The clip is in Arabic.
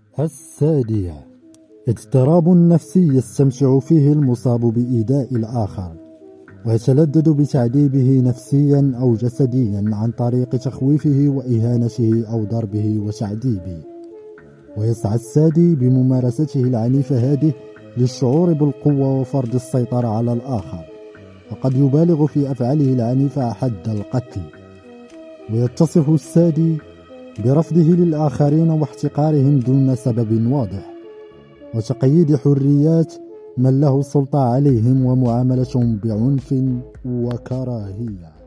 السادية: اضطراب نفسي يستمتع فيه المصاب بإيذاء الآخر ويتلذذ بتعذيبه نفسيا أو جسديا عن طريق تخويفه وإهانته أو ضربه وتعذيبه. ويسعى السادي بممارسته العنيفة هذه للشعور بالقوة وفرض السيطرة على الآخر، وقد يبالغ في أفعاله العنيفة حد القتل. ويتصف السادي برفضه للآخرين واحتقارهم دون سبب واضح، وتقييد حريات من له السلطة عليهم ومعاملتهم بعنف وكراهية.